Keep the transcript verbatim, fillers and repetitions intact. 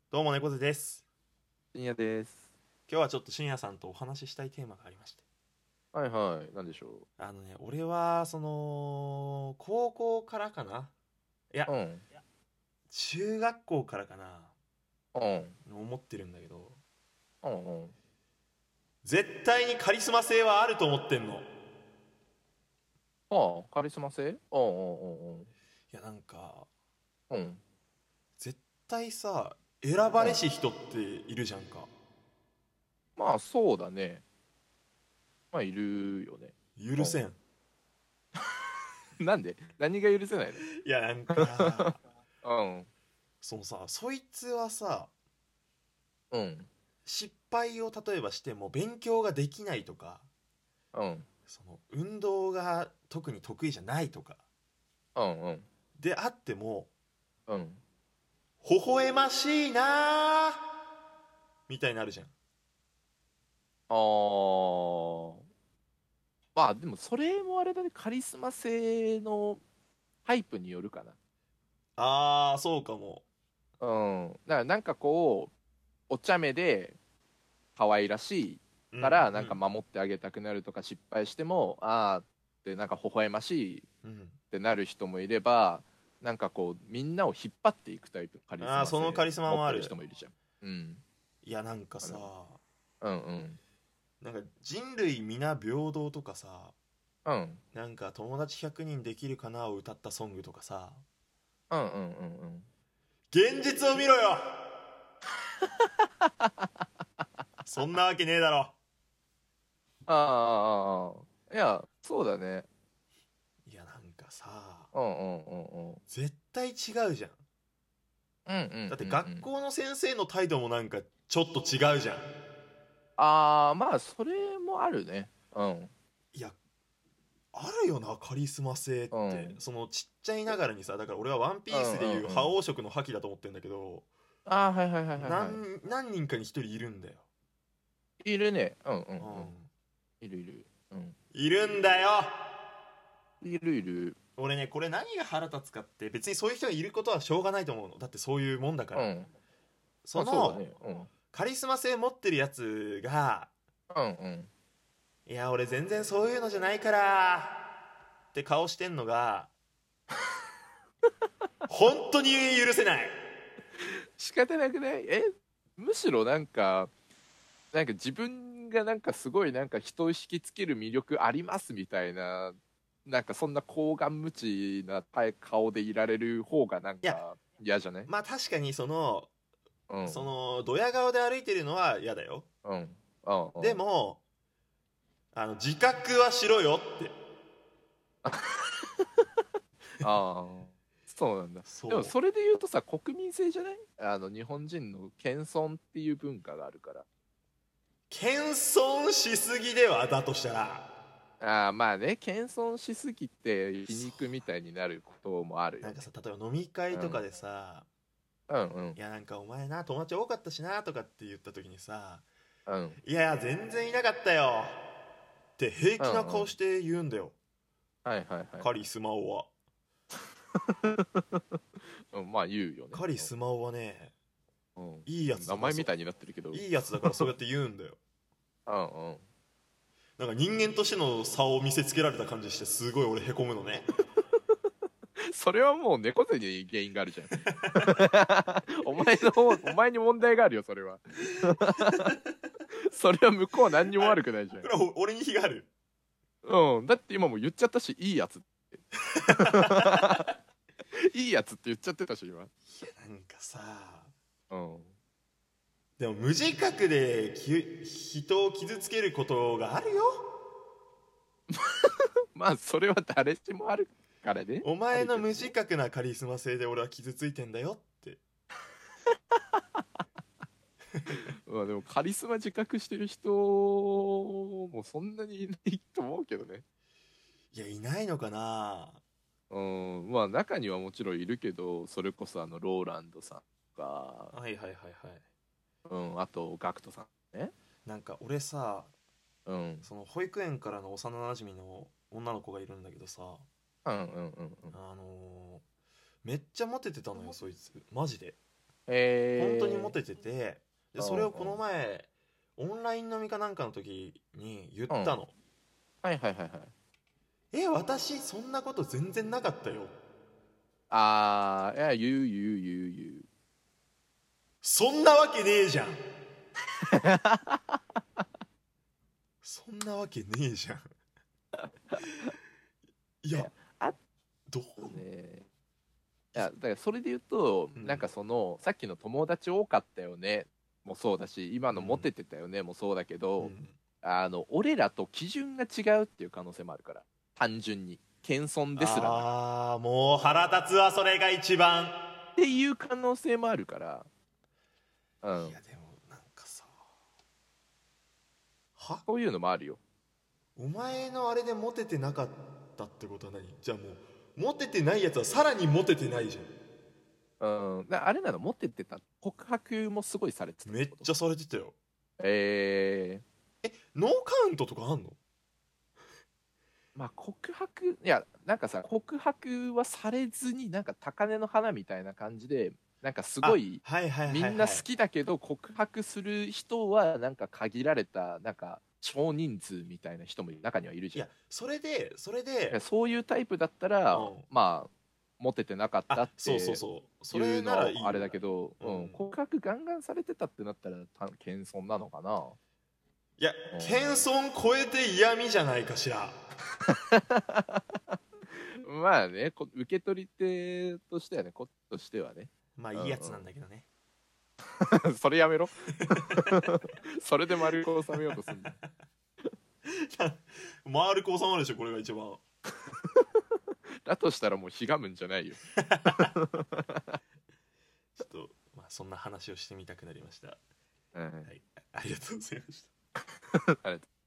どうも猫背です。 深夜です。 今日はちょっと深夜さんとお話ししたいテーマがありまして、 はいはい。なんでしょあのね俺はその高校からかな、いやう。うん。 中学校からかな、 うん。 思ってるんだけど、 うん。うん。 絶対にカリスマ性はあると思ってんの。 ああ、カリスマ性。うんうんいやなんかうんうん。うん。 絶対さ、選ばれうん。 し人っているじゃんか。 まあ、そうだね。まあ、いるよね。 許せん。 うん。なんで何が許せないの？ いやなんかうん。 そのさ、そいつはさ、 うん。 失敗を例えばしても勉強ができないとか、 うん。 その運動が特に得意じゃないとかうん。うん。 であっても、 うん。 微笑ましいなみたいになるじゃん。 ああ。まあ、でも、それもあれだね。カリスマ性のタイプによるかな。 あーそうかも。 うん。だから、なんかこう、お茶目で、可愛らしいうんからなんかうん守ってあげたくなるとか、失敗してもああってなんか微笑ましいっうんてなる人もいれば、なんかこうみんなを引っ張っていくタイプのカリスあーマ性そのカリスマ持ってるもある。 人もいるじゃん。うん。 いやなんかさ、 あのうんうんなんか人類皆平等とかさ、 うんなんか友達ひゃくにんできるかなを歌ったソングとかさ、 うんうんうんうん。 現実を見ろよ、そんなわけねえだろ。 ああ、ああ、いやそうだね。 いやなんかさ、 うんうんうんうん絶対違うじゃん。 うんうんだってうんうん。 学校の先生の態度もなんかちょっと違うじゃん。 ああ、まあそれもあるね。うんいやあるよな、カリスマ性っうんて。そのちっちゃいながらにさ、だから俺はワンピうんースでいう覇うんうん。 王色の覇気だと思ってんだけど、 ああ、はいはいはいはいはい。 何何人かに一人いるんだよ。 いるね。うんうんうん。 うんいるいる。うん。 いるんだよ。 いるいる。 俺ね、これ何が腹立つかって、別にそういう人がいることはしょうがないと思うの。だってそういうもんだから。 うん。まあそうだそのね。うん。 カリスマ性持ってるやつが、 うんうん。 いや俺全然そういうのじゃないからって顔してんのが本当に許せない。 仕方なくない？え、むしろなんか、なんか自分がなんかすごいなんか人を引きつける魅力ありますみたいな、なんかそんな厚顔無知な顔でいられる方がなんいやか嫌じゃない？ まあ確かにそのそうん。 のドヤ顔で歩いてるのは嫌だよ。 うん。うんうん。 でもあの自覚はしろよって。 ああ、そうなんだ。でもそう、 それで言うとさ、国民性じゃない？あの日本人の謙遜っていう文化があるから。 謙遜しすぎではだとしたら、 ああ、まあね、謙遜しすぎて皮そ肉みたいになることもあるうなんかさ、 よね。 例えば飲み会うん。 とかでさ、 うんうん。 いやなんかお前な友達多かったしなとかって言った時にさ、 うん。 いやいや全然いなかったよって平気なうんうん。 顔して言うんだよ、 はいはいはいはい。 カリスマオは。 うん、まあ言うよね。 カリスマオはね、 うん。 いいやうん。名つだからそ前みたいになってるけど。 いいやつだからそうやって言うんだよ。 うんうん。 なんか人間としての差を見せつけられた感じしてすごい俺へこむのね。 それはもう猫背に原因があるじゃん。お前の方、お前に問題があるよ、それは。それは向こう何にもあ、 悪くないじゃん。 これは俺に非がある。 うん。だって今も言っちゃったし、いいやつって。いいやつって言っちゃってたし、今。 なんかさ、 うん。 でも無自覚でき人を傷つけることがあるよ。 まあ、それは誰しもあるからね。 おあ前の無るけどね。 自覚なカリスマ性で俺は傷ついてんだよって。 まあでもカリスマ自覚してる人もそんなにいないと思うけどね。 いやいないのかな。 うん、まあ中にはもちろんいるけど、それこそあのローランドさんとか、 はいはいはいはい。 うん、あとガクトさんね。 なんか俺さ、 うん、 その保育園からの幼なじみの女の子がいるんだけどさ、 うんうんうんうん。 あのーめっちゃモテてたのよそいつマジで。本当にえモモテてて、でそれをこの前オンライン飲みかなんかの時に言ったの、 はいはいはいはい。 え私そんなこと全然なかったよ。 あー、いや、言う言う言う言う。 そんなわけねえじゃんそんなわけねえじゃんいや、 あどうね。いやだからそれで言うと、 うんなんかそのさっきの友達多かったよねもそうだし、今のモテてたよねもそうだけど、 うん、 あの俺らと基準が違うっていう可能性もあるから、単純に謙遜ですらなくああもう腹立つわそれが一番。 っていう可能性もあるから、うん、 いやでもなんかさ、はそういうのもあるよ。 お前のあれでモテてなかったってことは何？じゃあもうモテてないやつはさらにモテてないじゃん。 うん、だあれなのモテてた告白もすごいされてためっちゃされてたよ。 えー、 ノーカウントとかあんの？ まあ告白いやなんかさ告白はされずになんか高嶺の花みたいな感じでなんかすごいはいはいはい、はい、 みんな好きだけど告白する人はなんか限られたなんか少人数みたいな人も中にはいるじゃん。 いやそれでそれでそういうタイプだったら、 うん、 まあモテてなかったってそうそうそうそいうのれならいいあれだけど、 うんうん、告白ガンガンされてたってなったらた謙遜なのかな。 いや謙遜超えて嫌味じゃないかしらまあねこ受け取り手としてはねこっちとしてはねまあいいやつなんだけどね、 うんうん、それやめろそれで丸く収めようとすんだ丸く収まるでしょこれが一番だとしたらもうひがむんじゃないよちょっと、まあ、そんな話をしてみたくなりました、 うん、 はい、ありがとうございましたありがとう